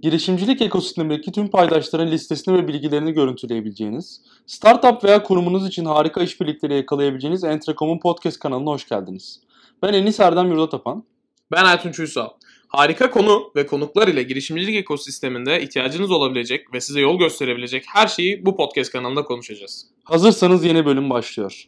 girişimcilik ekosistemindeki tüm paydaşların listesini ve bilgilerini görüntüleyebileceğiniz, startup veya kurumunuz için harika işbirlikleri yakalayabileceğiniz Entrecom'un podcast kanalına hoş geldiniz. Ben Enis Erdem Yurdatapan. Ben Ertunç Uysal. Harika konu ve konuklar ile girişimcilik ekosisteminde ihtiyacınız olabilecek ve size yol gösterebilecek her şeyi bu podcast kanalında konuşacağız. Hazırsanız yeni bölüm başlıyor.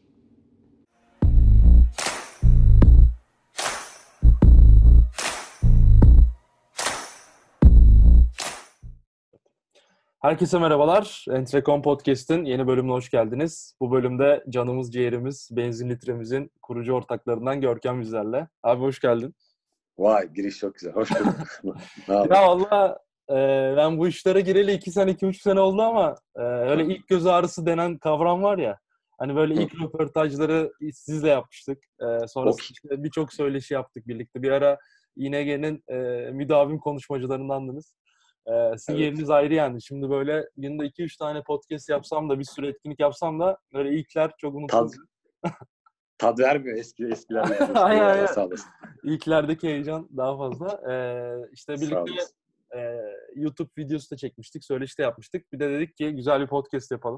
Herkese merhabalar. Entrecom Podcast'ın yeni bölümüne hoş geldiniz. Bu bölümde canımız ciğerimiz, benzin litremizin kurucu ortaklarından Görkem bizlerle. Abi hoş geldin. Vay, giriş çok güzel. Hoş bulduk. Ya valla ben bu işlere gireli 2 sene, 2,5 sene oldu ama öyle ilk göz ağrısı denen kavram var ya. Hani böyle ilk röportajları sizle yapmıştık. Sonrasında işte birçok söyleşi yaptık birlikte. Bir ara İNG'nin müdavim konuşmacılarındandınız. Sizin yeriniz ayrı yani. Şimdi böyle günde 2-3 tane podcast yapsam da bir sürü etkinlik yapsam da böyle ilkler çok unutuldu. Tad vermiyor eskilerde. Aynen. İlklerdeki heyecan daha fazla. İşte birlikte YouTube videosu da çekmiştik. Söyleşi de yapmıştık. Bir de dedik ki güzel bir podcast yapalım.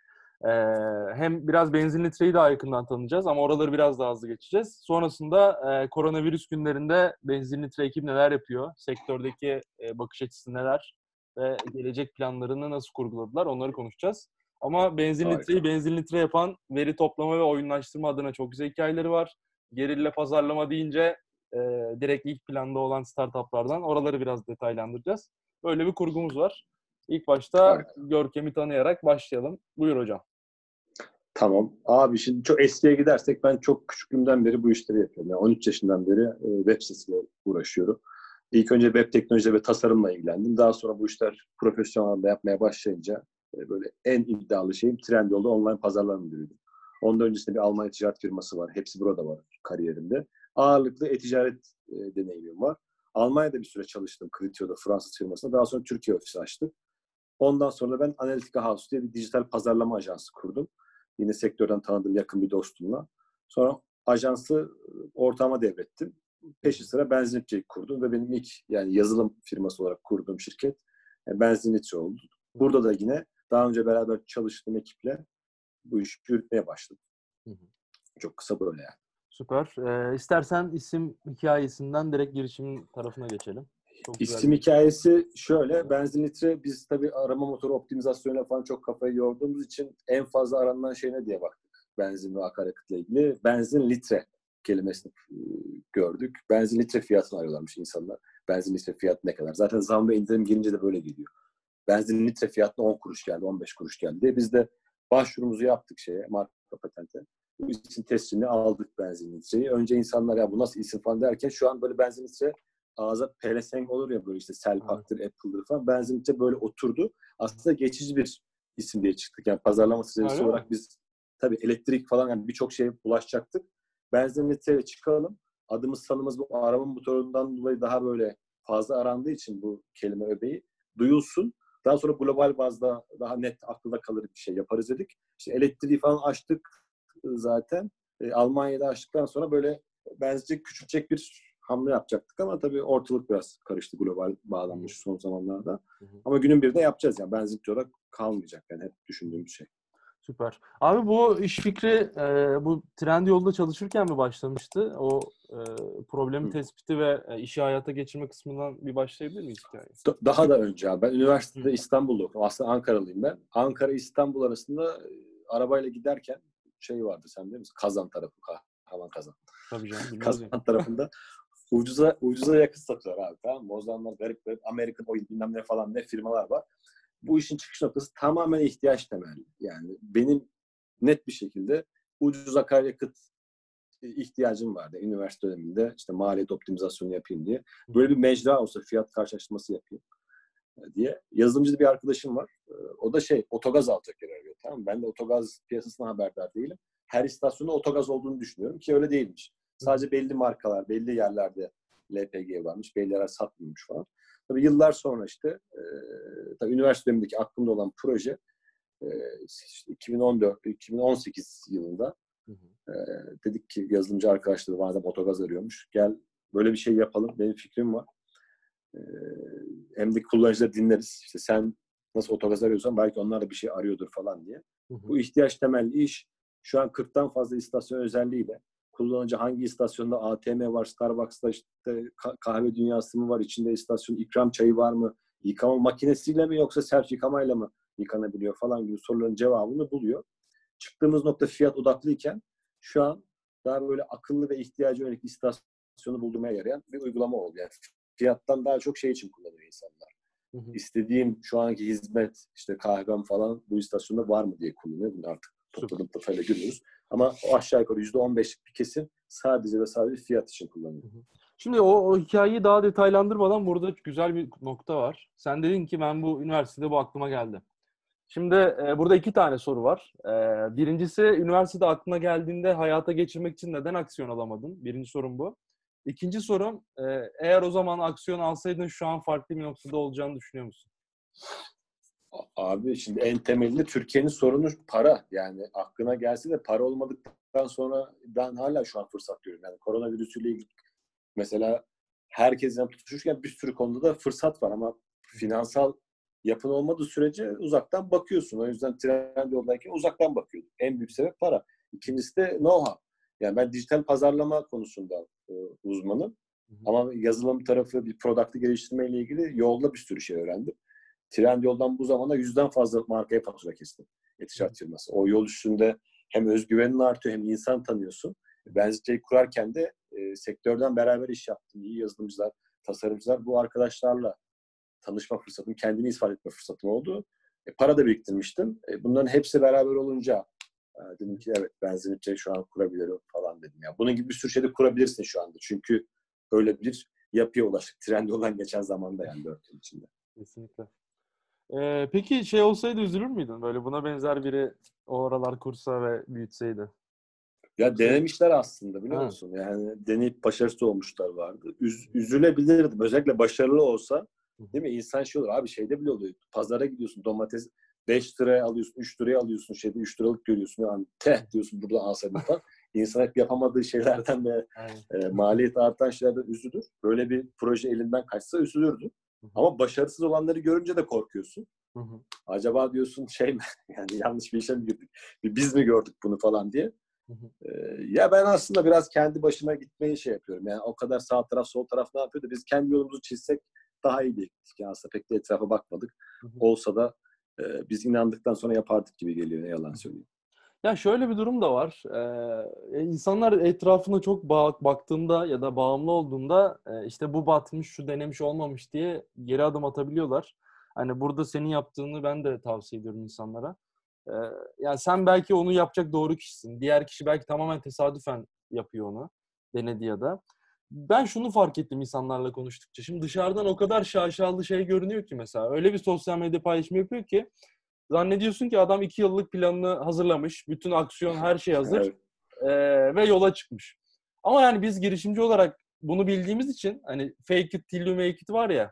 Hem biraz benzin litreyi daha yakından tanıyacağız ama oraları biraz daha hızlı geçeceğiz. Sonrasında koronavirüs günlerinde benzin litre ekip neler yapıyor? Sektördeki bakış açısı neler? Ve gelecek planlarını nasıl kurguladılar? Onları konuşacağız. Ama benzin litreyi benzin litre yapan veri toplama ve oyunlaştırma adına çok güzel hikayeleri var. Gerilla pazarlama deyince direkt ilk planda olan startuplardan oraları biraz detaylandıracağız. Böyle bir kurgumuz var. İlk başta Görkem'i tanıyarak başlayalım. Buyur hocam. Tamam. Abi şimdi çok eskiye gidersek ben çok küçüklüğümden beri bu işleri yapıyorum. Yani 13 yaşından beri web sitesiyle uğraşıyorum. İlk önce web teknoloji ve tasarımla ilgilendim. Daha sonra bu işler profesyonel anlamda yapmaya başlayınca böyle en iddialı şeyim Trendyol'da online pazarlama müdürüydüm. Ondan öncesinde bir Almanya ticaret firması var. Hepsi burada var kariyerimde. Ağırlıklı e-ticaret deneyimim var. Almanya'da bir süre çalıştım. Critio'da Fransız firmasında. Daha sonra Türkiye ofisi açtık. Ondan sonra ben Analytica House diye bir dijital pazarlama ajansı kurdum. Yine sektörden tanıdığım yakın bir dostumla. Sonra ajansı ortağıma devrettim. Peşi sıra Benzinliçe'yi kurdum ve benim ilk yani yazılım firması olarak kurduğum şirket Benzinliçe oldu. Burada da yine daha önce beraber çalıştığım ekiple bu işi yürütmeye başladım. Çok kısa böyle yani. Süper. İstersen isim hikayesinden direkt girişim tarafına geçelim. İsim hikayesi şöyle. Benzinlitre biz tabii arama motoru optimizasyonuyla falan çok kafayı yorduğumuz için en fazla aranan şey ne diye baktık. Benzin ve akaryakıtla ilgili. Benzin litre kelimesini gördük. Benzin litre fiyatını arıyorlarmış insanlar. Benzin litre fiyatı ne kadar? Zaten zam ve indirim gelince de böyle geliyor. Benzin litre fiyatına 10 kuruş geldi, 15 kuruş geldi. Biz de başvurumuzu yaptık marka patente. Bu isim tescilini aldık benzin litreyi. Önce insanlar ya bu nasıl isim falan derken şu an böyle benzin litre ağza pelesenk olur ya böyle işte Selpak'tır, Apple'dır falan. Benzin litre böyle oturdu. Aslında geçici bir isim diye çıktık. Yani pazarlama stratejisi olarak biz tabii elektrik falan yani birçok şeye ulaşacaktık. Benzin litreyle çıkalım. Adımız sanımız bu arama motorundan dolayı daha böyle fazla arandığı için bu kelime öbeği duyulsun. Daha sonra global bazda daha net akılda kalır bir şey yaparız dedik. İşte elektriği falan açtık zaten. Almanya'da açtıktan sonra böyle bence küçülecek bir hamle yapacaktık ama tabii ortalık biraz karıştı global bağlanmış son zamanlarda. Ama günün birinde yapacağız yani benzinci olarak kalmayacak yani hep düşündüğüm bir şey. Süper. Abi bu iş fikri bu Trendyol'da çalışırken mi başlamıştı? O problemi tespiti ve işi hayata geçirme kısmından bir başlayabilir miyiz hikayeyi? Daha da önce abi. Ben üniversitede İstanbul'da okudum. Aslında Ankaralıyım ben. Ankara-İstanbul arasında arabayla giderken şey vardı sen biliyor musun? Kazan tarafı. Kahraman Kazan. Tabii canım. Kazan tarafında ucuza yakıt satıyorlar abi. Tamam mı? O zamanlar garip American Oil bilmem ne falan ne firmalar var. Bu işin çıkış noktası tamamen ihtiyaç temelli. Yani benim net bir şekilde ucuz akaryakıt ihtiyacım vardı. Üniversite döneminde işte maliyet optimizasyonu yapayım diye. Böyle bir mecra olsa fiyat karşılaştırması yapayım diye. Yazılımcı bir arkadaşım var. O da otogaz alacak yer arıyor. Tamam mı? Ben de otogaz piyasasına haberdar değilim. Her istasyonda otogaz olduğunu düşünüyorum ki öyle değilmiş. Sadece belli markalar, belli yerlerde LPG varmış. Belli yerler satmıyormuş falan. Tabii yıllar sonra işte tabii üniversite dönemindeki aklımda olan proje işte 2018 yılında dedik ki yazılımcı arkadaşları madem otogaz arıyormuş gel böyle bir şey yapalım. Benim fikrim var. hem de kullanıcıları dinleriz. İşte sen nasıl otogaz arıyorsan belki onlar da bir şey arıyordur falan diye. Bu ihtiyaç temelli iş şu an 40'tan fazla istasyon özelliğiyle kullanıcı hangi istasyonda ATM var, Starbucks'ta işte kahve dünyası mı var, içinde istasyon ikram çayı var mı, yıkama makinesiyle mi yoksa self yıkamayla mı yıkanabiliyor falan gibi soruların cevabını buluyor. Çıktığımız nokta fiyat odaklıyken şu an daha böyle akıllı ve ihtiyaca yönelik istasyonu buldurmaya yarayan bir uygulama oldu. Yani fiyattan daha çok şey için kullanıyor insanlar. İstediğim şu anki hizmet, işte kahvem falan bu istasyonda var mı diye kullanıyor. Bunu artık topladığım datayla görüyoruz. Ama o aşağı yukarı %15'lik bir kesim sadece ve sadece fiyat için kullanıyor. Şimdi o hikayeyi daha detaylandırmadan burada güzel bir nokta var. Sen dedin ki ben bu üniversitede bu aklıma geldi. Şimdi burada 2 tane soru var. Birincisi üniversitede aklına geldiğinde hayata geçirmek için neden aksiyon alamadın? Birinci sorum bu. İkinci sorum eğer o zaman aksiyon alsaydın şu an farklı bir noktada olacağını düşünüyor musun? Abi şimdi en temelinde Türkiye'nin sorunu para. Yani aklına gelse de para olmadıktan sonra ben hala şu an fırsat görüyorum. Yani koronavirüsüyle ilgili mesela herkesten tutuşurken bir sürü konuda da fırsat var ama finansal yapın olmadığı sürece uzaktan bakıyorsun. O yüzden Trendyol'dayken uzaktan bakıyordum. En büyük sebep para. İkincisi de know-how. Yani ben dijital pazarlama konusunda uzmanım. Ama yazılım tarafı, bir product'ı geliştirme ile ilgili yolda bir sürü şey öğrendim. Trendyol'dan bu zamana 100'den fazla markaya fatura kestim. E-ticaret firması. O yol üstünde hem özgüvenin artıyor hem insan tanıyorsun. Ben siteyi kurarken de sektörden beraber iş yaptım. İyi yazılımcılar, tasarımcılar. Bu arkadaşlarla tanışma fırsatım, kendini ispat etme fırsatım oldu. Para da biriktirmiştim. Bunların hepsi beraber olunca dedim ki evet Benzinlikçe şu an kurabilirim falan dedim. Ya bunun gibi bir sürü şey de kurabilirsin şu anda. Çünkü öyle bir yapıya ulaştık. Trendyol'dan geçen zamanda yani 4 yıl içinde. Kesinlikle. Peki şey olsaydı üzülür müydün? Böyle buna benzer biri o aralar kursa ve büyütseydi. Ya denemişler aslında biliyor musun? Yani deneyip başarısız olmuşlar vardı. Üzülebilirdim. Özellikle başarılı olsa değil mi? İnsan şey olur. Abi şeyde bile oluyor. Pazara gidiyorsun. Domates 5 liraya alıyorsun. 3 liraya alıyorsun. Şeyde 3 liralık görüyorsun. Yani diyorsun burada alsaydım falan. İnsan hep yapamadığı şeylerden ve maliyet artan şeylerden üzülür. Böyle bir proje elinden kaçsa üzülürdü. Ama başarısız olanları görünce de korkuyorsun. Acaba diyorsun şey mi? Yani yanlış bir işe mi girdik? Biz mi gördük bunu falan diye. Ya ben aslında biraz kendi başıma gitmeyi şey yapıyorum. Yani o kadar sağ taraf sol taraf ne yapıyordu? Biz kendi yolumuzu çizsek daha iyi bir yani aslında pek de etrafa bakmadık. Olsa da biz inandıktan sonra yapardık gibi geliyor. Ne yalan söyleyeyim. Ya şöyle bir durum da var. İnsanlar etrafına çok baktığında ya da bağımlı olduğunda işte bu batmış, şu denemiş olmamış diye geri adım atabiliyorlar. Hani burada senin yaptığını ben de tavsiye ediyorum insanlara. Yani sen belki onu yapacak doğru kişisin. Diğer kişi belki tamamen tesadüfen yapıyor onu. Denedi ya da. Ben şunu fark ettim insanlarla konuştukça. Şimdi dışarıdan o kadar şaşalı şey görünüyor ki mesela. Öyle bir sosyal medya paylaşımı yapıyor ki zannediyorsun ki adam 2 yıllık planını hazırlamış. Bütün aksiyon her şey hazır. Ve yola çıkmış. Ama yani biz girişimci olarak bunu bildiğimiz için hani fake it till you make it var ya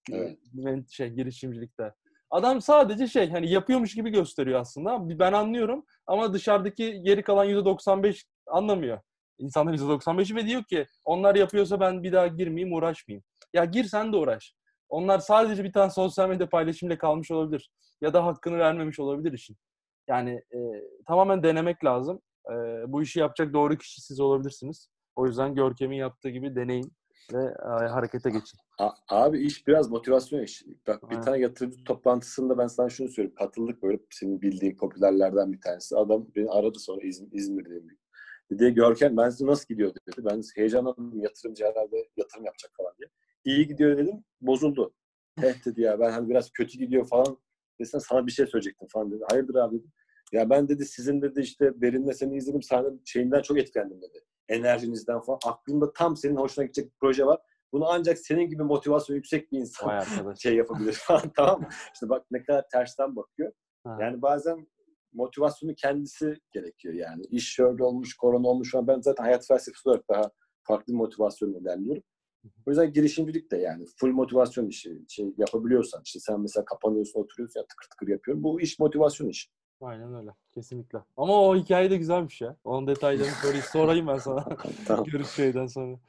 girişimcilikte. Adam sadece hani yapıyormuş gibi gösteriyor aslında. Ben anlıyorum ama dışarıdaki geri kalan %95 anlamıyor. İnsanlar %95'i ve diyor ki onlar yapıyorsa ben bir daha girmeyeyim, uğraşmayayım. Ya gir sen de uğraş. Onlar sadece bir tane sosyal medya paylaşımıyla kalmış olabilir. Ya da hakkını vermemiş olabilir işin. Yani tamamen denemek lazım. Bu işi yapacak doğru kişi siz olabilirsiniz. O yüzden Görkem'in yaptığı gibi deneyin ve harekete geçin. Abi iş biraz motivasyon işi. Bak bir tane yatırımcı toplantısında ben sana şunu söyleyeyim. Katıldık böyle senin bildiğin popülerlerden bir tanesi. Adam beni aradı sonra İzmir'deyim. Dedi Görkem ben size nasıl gidiyor dedi. Ben heyecanlandım yatırımcı herhalde yatırım yapacak falan diye. İyi gidiyor dedim. Bozuldu. Dedi ya ben hani biraz kötü gidiyor falan. Desene sana bir şey söyleyecektim falan dedi. Hayırdır abi dedim. Ya ben dedi sizin dedi işte Berin'le seni izledim. Senin şeyinden çok etkilendim dedi. Enerjinizden falan. Aklımda tam senin hoşuna gidecek bir proje var. Bunu ancak senin gibi motivasyon yüksek bir insan şey yapabilir falan tamam mı? İşte bak ne kadar tersten bakıyor. Yani bazen motivasyonu kendisi gerekiyor yani. İş şöyle olmuş, korona olmuş. Ben zaten hayat felsefesi olarak daha farklı bir motivasyonla ilerliyorum. O yüzden girişimcilik de yani full motivasyon işi. Şey yapabiliyorsan işte sen mesela kapanıyorsun, oturuyorsun ya tıkır tıkır yapıyorum. Bu iş motivasyon işi. Aynen öyle. Kesinlikle. Ama o hikaye de güzelmiş ya. Onun detaylarını sorayım ben sana. Tamam. Görüş şeyden sonra.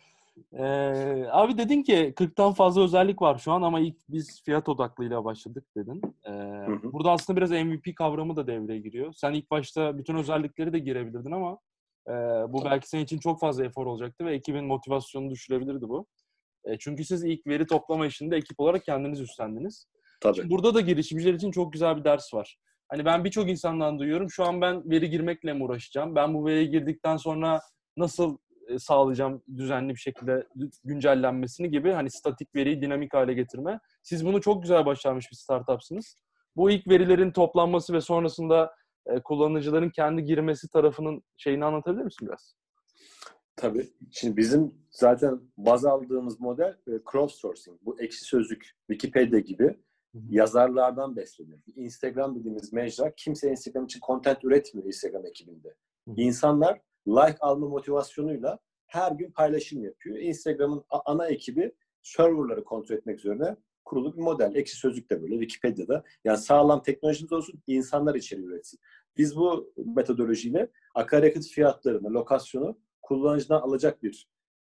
Abi dedin ki 40'tan fazla özellik var şu an ama ilk biz fiyat odaklıyla başladık dedin. Burada aslında biraz MVP kavramı da devreye giriyor. Sen ilk başta bütün özellikleri de girebilirdin ama bu belki senin için çok fazla efor olacaktı ve ekibin motivasyonunu düşürebilirdi bu. Çünkü siz ilk veri toplama işinde ekip olarak kendiniz üstlendiniz. Tabii. Şimdi burada da girişimciler için çok güzel bir ders var. Hani ben birçok insandan duyuyorum. Şu an ben veri girmekle mi uğraşacağım? Ben bu veriyi girdikten sonra nasıl sağlayacağım düzenli bir şekilde güncellenmesini gibi hani statik veriyi dinamik hale getirme. Siz bunu çok güzel başarmış bir startupsınız. Bu ilk verilerin toplanması ve sonrasında kullanıcıların kendi girmesi tarafının şeyini anlatabilir misin biraz? Tabii. Şimdi bizim zaten baz aldığımız model crowdsourcing. Bu Ekşi Sözlük, Wikipedia gibi yazarlardan besleniyor. Instagram dediğimiz mecra kimse Instagram için content üretmiyor Instagram ekibinde. İnsanlar like alma motivasyonuyla her gün paylaşım yapıyor. Instagram'ın ana ekibi serverları kontrol etmek üzere kurulu bir model. Ekşi Sözlük'te böyle, Wikipedia'da. Yani sağlam teknolojimiz olsun, insanlar içeriği üretsin. Biz bu metodolojiyle akaryakıt fiyatlarını, lokasyonu kullanıcıdan alacak bir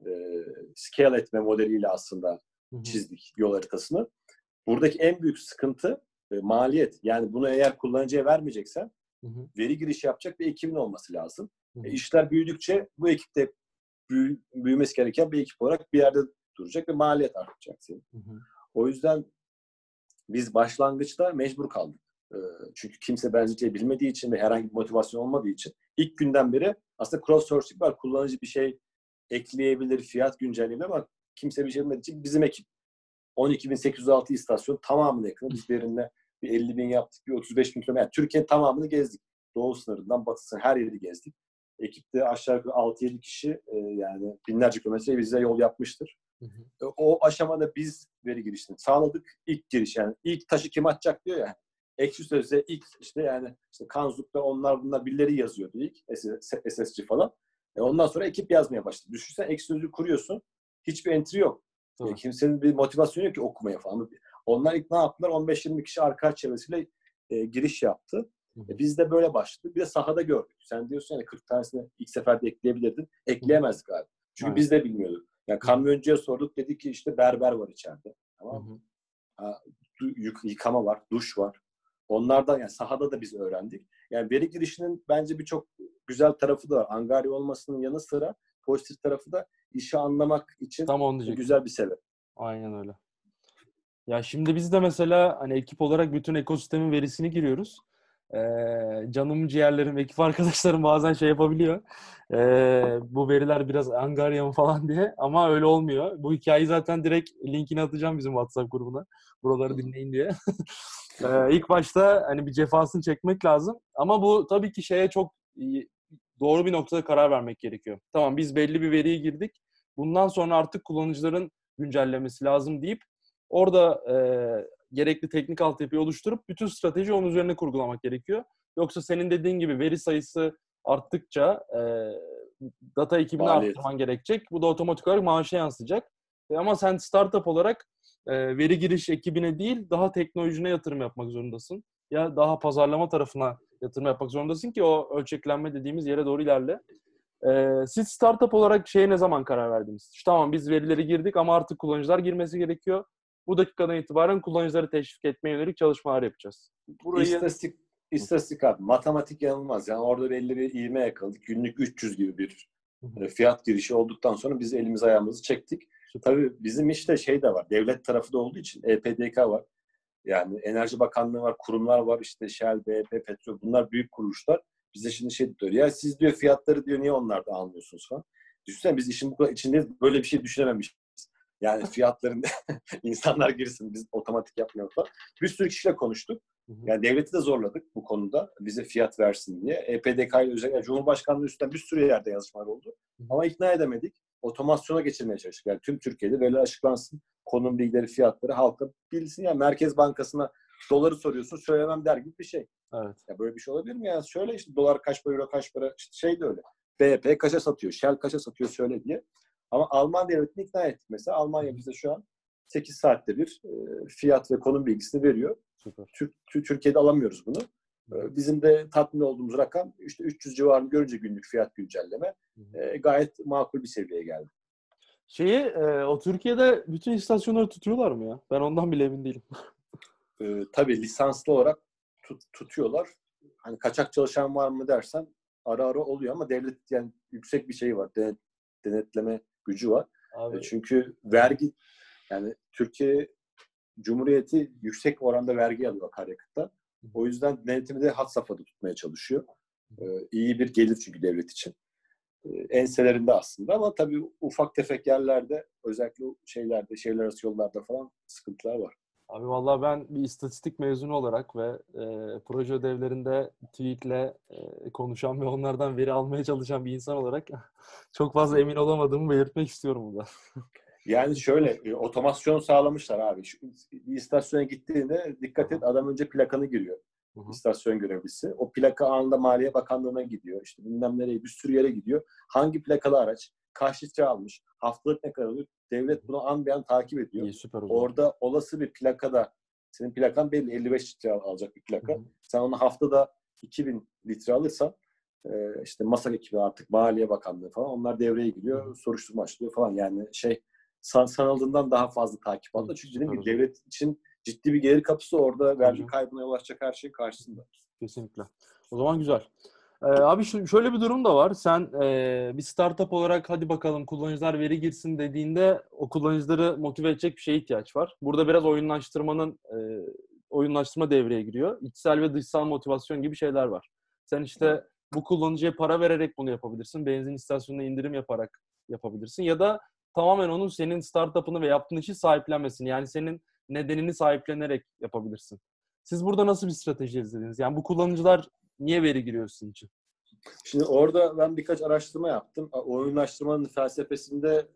scale etme modeliyle aslında çizdik yol haritasını. Buradaki en büyük sıkıntı maliyet. Yani bunu eğer kullanıcıya vermeyeceksen veri girişi yapacak bir ekibin olması lazım. İşler büyüdükçe bu ekipte büyümesi gereken bir ekip olarak bir yerde duracak ve maliyet artacak senin. O yüzden biz başlangıçta mecbur kaldık. Çünkü kimse benzeyeceği bilmediği için ve herhangi bir motivasyon olmadığı için ilk günden beri aslında cross-sourcing var. Kullanıcı bir şey ekleyebilir, fiyat güncelleyebilir ama kimse bir şey bilmediği için bizim ekip 12.806 istasyon tamamını ekledik. Biz birinde bir 50.000 yaptık, bir 35.000 kilometre. Yani Türkiye'nin tamamını gezdik. Doğu sınırından batısına her yeri gezdik. Ekipte aşağı yukarı 6-7 kişi yani binlerce kilometre bize yol yapmıştır. O aşamada biz veri girişini sağladık. İlk giriş yani ilk taşı kim atacak diyor ya. Ekşi Sözlük'te ilk işte Kanzuk'ta onlar bunlar birileri yazıyordu ilk. SSC falan. Ondan sonra ekip yazmaya başladı. Düşünsen Ekşi Sözlük kuruyorsun. Hiçbir entry yok. Kimsenin bir motivasyonu yok ki okumaya falan. Onlar ilk ne yaptılar? 15-20 kişi arkadaş çevresiyle giriş yaptı. Biz de böyle başladık. Bir de sahada gördük. Sen diyorsun yani 40 tanesini ilk seferde ekleyebilirdin. Ekleyemezdik abi. Çünkü biz de bilmiyorduk. Yani kamyoncuya sorduk, dedi ki işte berber var içeride. Tamam mı? Yıkama var, duş var. Onlardan yani sahada da biz öğrendik. Yani veri girişinin bence birçok güzel tarafı da var. Angarya olmasının yanı sıra pozitif tarafı da işi anlamak için güzel bir sebep. Aynen öyle. Ya şimdi biz de mesela hani ekip olarak bütün ekosistemin verisini giriyoruz. Canım ciğerlerim, ekip arkadaşlarım bazen şey yapabiliyor. Bu veriler biraz angarya mı falan diye. Ama öyle olmuyor. Bu hikayeyi zaten direkt linkini atacağım bizim WhatsApp grubuna. Buraları dinleyin diye. İlk başta hani bir cefasını çekmek lazım. Ama bu tabii ki şeye çok doğru bir noktada karar vermek gerekiyor. Tamam biz belli bir veriye girdik. Bundan sonra artık kullanıcıların güncellemesi lazım deyip orada gerekli teknik altyapıyı oluşturup bütün strateji onun üzerine kurgulamak gerekiyor. Yoksa senin dediğin gibi veri sayısı arttıkça data ekibini arttırman gerekecek. Bu da otomatik olarak maaşa yansıyacak. Ama sen startup olarak veri giriş ekibine değil daha teknolojine yatırım yapmak zorundasın. Ya daha pazarlama tarafına yatırım yapmak zorundasın ki o ölçeklenme dediğimiz yere doğru ilerle. Siz startup olarak şeye ne zaman karar verdiniz? İşte tamam biz verileri girdik ama artık kullanıcılar girmesi gerekiyor. Bu dakikadan itibaren kullanıcıları teşvik etmeye yönelik çalışmalar yapacağız. İstatistik abi. Matematik yanılmaz. Yani orada belli bir ivme yakaladık. Günlük 300 gibi bir fiyat girişi olduktan sonra biz elimiz ayağımızı çektik. Süper. Tabii bizim işte şey de var. Devlet tarafı da olduğu için EPDK var. Yani Enerji Bakanlığı var, kurumlar var. İşte Shell, BP, Petrol. Bunlar büyük kuruluşlar. Bize şimdi şey diyor. Ya siz diyor fiyatları diyor niye onlarda almıyorsunuz falan. Düşünsene biz işin bu kadar içinde böyle bir şey düşünememişiz. Yani fiyatların insanlar girsin biz otomatik yapmıyoruz falan. Bir sürü kişiyle konuştuk. Yani devleti de zorladık bu konuda. Bize fiyat versin diye. EPDK ile özellikle Cumhurbaşkanlığı üstünden bir sürü yerde yazışmalar oldu. Ama ikna edemedik. Otomasyona geçirmeye çalıştık. Yani tüm Türkiye'de böyle açıklansın. Konum bilgileri, fiyatları halka bilsin. Yani Merkez Bankası'na doları soruyorsun söylemem der gibi bir şey. Evet. Ya böyle bir şey olabilir mi? Yani şöyle işte dolar kaç para, euro kaç para işte şey de öyle. BP kaça satıyor, Shell kaça satıyor söyle diye. Ama Alman devletini ikna ettik mesela. Almanya bize şu an 8 saatte bir fiyat ve konum bilgisini veriyor. Türkiye'de alamıyoruz bunu. Bizim de tatmin olduğumuz rakam işte 300 civarını görünce günlük fiyat güncelleme gayet makul bir seviyeye geldi. O Türkiye'de bütün istasyonları tutuyorlar mı ya? Ben ondan bile emin değilim. Tabii lisanslı olarak tutuyorlar. Hani kaçak çalışan var mı dersen ara ara oluyor ama devlet yani yüksek bir şey var. Denetleme gücü var. Abi, Çünkü vergi yani Türkiye Cumhuriyeti yüksek oranda vergi alıyor akaryakıtta. O yüzden denetimi de had safhada tutmaya çalışıyor. İyi bir gelir çünkü devlet için. Enselerinde aslında ama tabii ufak tefek yerlerde özellikle şeylerde, şehirler arası yollarda falan sıkıntılar var. abi vallahi ben bir istatistik mezunu olarak ve proje ödevlerinde TÜİK'le konuşan ve onlardan veri almaya çalışan bir insan olarak çok fazla emin olamadığımı belirtmek istiyorum burada. Yani şöyle otomasyon sağlamışlar abi. Bir istasyona gittiğinde dikkat et adam önce plakanı giriyor. İstasyon görevlisi. O plaka anında Maliye Bakanlığı'na gidiyor. İşte bilmem nereye bir sürü yere gidiyor. Hangi plakalı araç, kaç litre almış, haftalık ne kadar alıyor. Devlet bunu an be an takip ediyor. İyi, süper o zaman. Orada olası bir plakada senin plakan belli 55 litre alacak bir plaka. Sen onu haftada 2000 litre alırsan işte MASAK ekibi artık Maliye Bakanlığı falan onlar devreye giriyor. Soruşturma açılıyor falan. Yani sanıldığından daha fazla takip aldı. Çünkü dediğim gibi devlet için ciddi bir gelir kapısı orada vergi kaybına yol açacak her şeyin karşısında. Kesinlikle. O zaman güzel. Abi şöyle bir durum da var. Sen bir startup olarak hadi bakalım kullanıcılar veri girsin dediğinde o kullanıcıları motive edecek bir şeye ihtiyaç var. Burada biraz oyunlaştırma devreye giriyor. İçsel ve dışsal motivasyon gibi şeyler var. Sen işte bu kullanıcıya para vererek bunu yapabilirsin. Benzin istasyonuna indirim yaparak yapabilirsin. Ya da tamamen onun senin startup'ını ve yaptığın işi sahiplenmesini. Yani senin nedenini sahiplenerek yapabilirsin. Siz burada nasıl bir strateji izlediniz? Yani bu kullanıcılar niye veri giriyor sizin için? Şimdi orada ben birkaç araştırma yaptım. Oyunlaştırmanın felsefesinde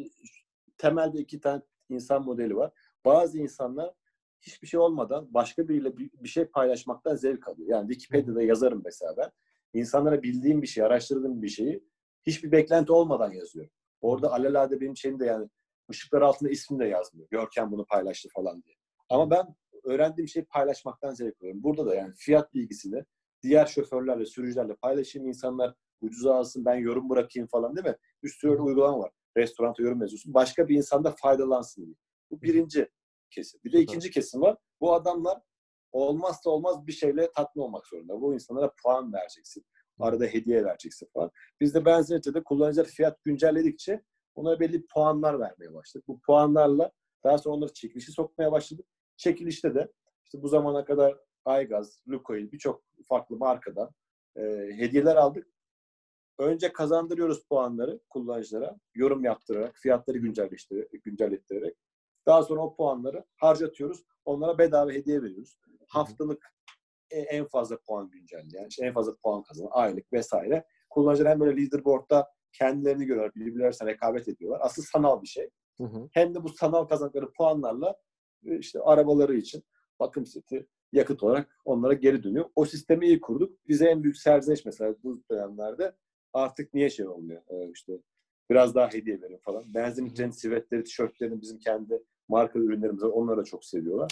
temelde 2 tane insan modeli var. Bazı insanlar hiçbir şey olmadan başka biriyle bir şey paylaşmaktan zevk alıyor. Yani Wikipedia'da yazarım mesela ben. İnsanlara bildiğim bir şey, araştırdığım bir şeyi hiçbir beklenti olmadan yazıyorum. Orada alelade benim şeyim de yani ışıklar altında ismini de yazmıyor. Görkem bunu paylaştı falan diye. Ama ben öğrendiğim şeyi paylaşmaktan zevk alıyorum. Burada da yani fiyat bilgisini diğer şoförlerle, sürücülerle paylaşayım. İnsanlar ucuza alsın, ben yorum bırakayım falan değil mi? Bir sürü öyle uygulama var. Restoranta yorum yazıyorsun. Başka bir insan da faydalansın diye. Bu birinci kesim. Bir de ikinci kesim var. Bu adamlar olmazsa olmaz bir şeyle tatmin olmak zorunda. Bu insanlara puan vereceksin. Arada hediye vereceksin falan. Biz de Benzinli'de kullanıcılar fiyat güncelledikçe onlara belli puanlar vermeye başladık. Bu puanlarla daha sonra onları çekilişe sokmaya başladık. Çekilişte de işte bu zamana kadar Aygaz, Lukoil birçok farklı markadan hediyeler aldık. Önce kazandırıyoruz puanları kullanıcılara. Yorum yaptırarak, fiyatları güncellettirerek. Daha sonra o puanları harcatıyoruz. Onlara bedava hediye veriyoruz. Haftalık en fazla puan güncelleyen, işte en fazla puan kazanan, aylık vesaire. Kullanıcılar hem böyle leaderboard'da kendilerini görüyorlar, birbirlerine rekabet ediyorlar. Asıl sanal bir şey. Hem de bu sanal kazandıkları puanlarla işte arabaları için bakım seti, yakıt olarak onlara geri dönüyor. O sistemi iyi kurduk. Bize en büyük serzeniş mesela bu dönemlerde artık niye şey olmuyor? İşte biraz daha hediye verin falan. Benzinliklerin sivetleri, tişörtlerini bizim kendi marka ürünlerimiz var. Onları da çok seviyorlar.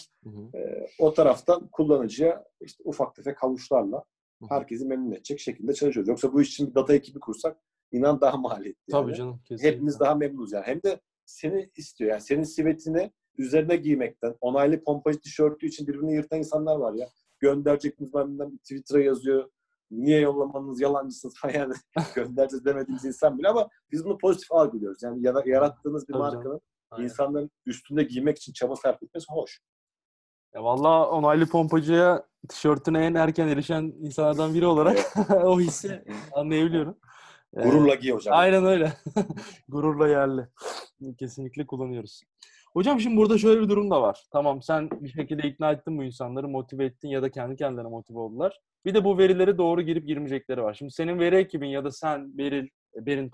O taraftan kullanıcıya işte ufak tefek havuçlarla herkesi memnun edecek şekilde çalışıyoruz. Yoksa bu iş için bir data ekibi kursak inan daha maliyetli. Tabii yani. canım. Kesinlikle. Hepimiz daha memnunuz yani. Hem de seni istiyor. Yani senin sivetini üzerine giymekten, onaylı pompacı tişörtü için birbirini yırtan insanlar var ya. Gönderecektiniz benden Twitter'a yazıyor. Niye yollamanız yalancısınız falan yani. Göndereceğiz demediğimiz insan bile ama biz bunu pozitif algılıyoruz. Yani yarattığınız bir markanın insanların üstünde giymek için çaba sarf etmesi hoş. Ya vallahi onaylı pompacıya tişörtüne en erken erişen insanlardan biri olarak o hissi anlayabiliyorum. Gururla giy hocam. Aynen öyle. Gururla yerli. Kesinlikle kullanıyoruz. Hocam şimdi burada şöyle bir durum da var. Tamam sen bir şekilde ikna ettin bu insanları, motive ettin ya da kendi kendilerine motive oldular. Bir de bu verileri doğru girip girmeyecekleri var. Şimdi senin veri ekibin ya da sen Berin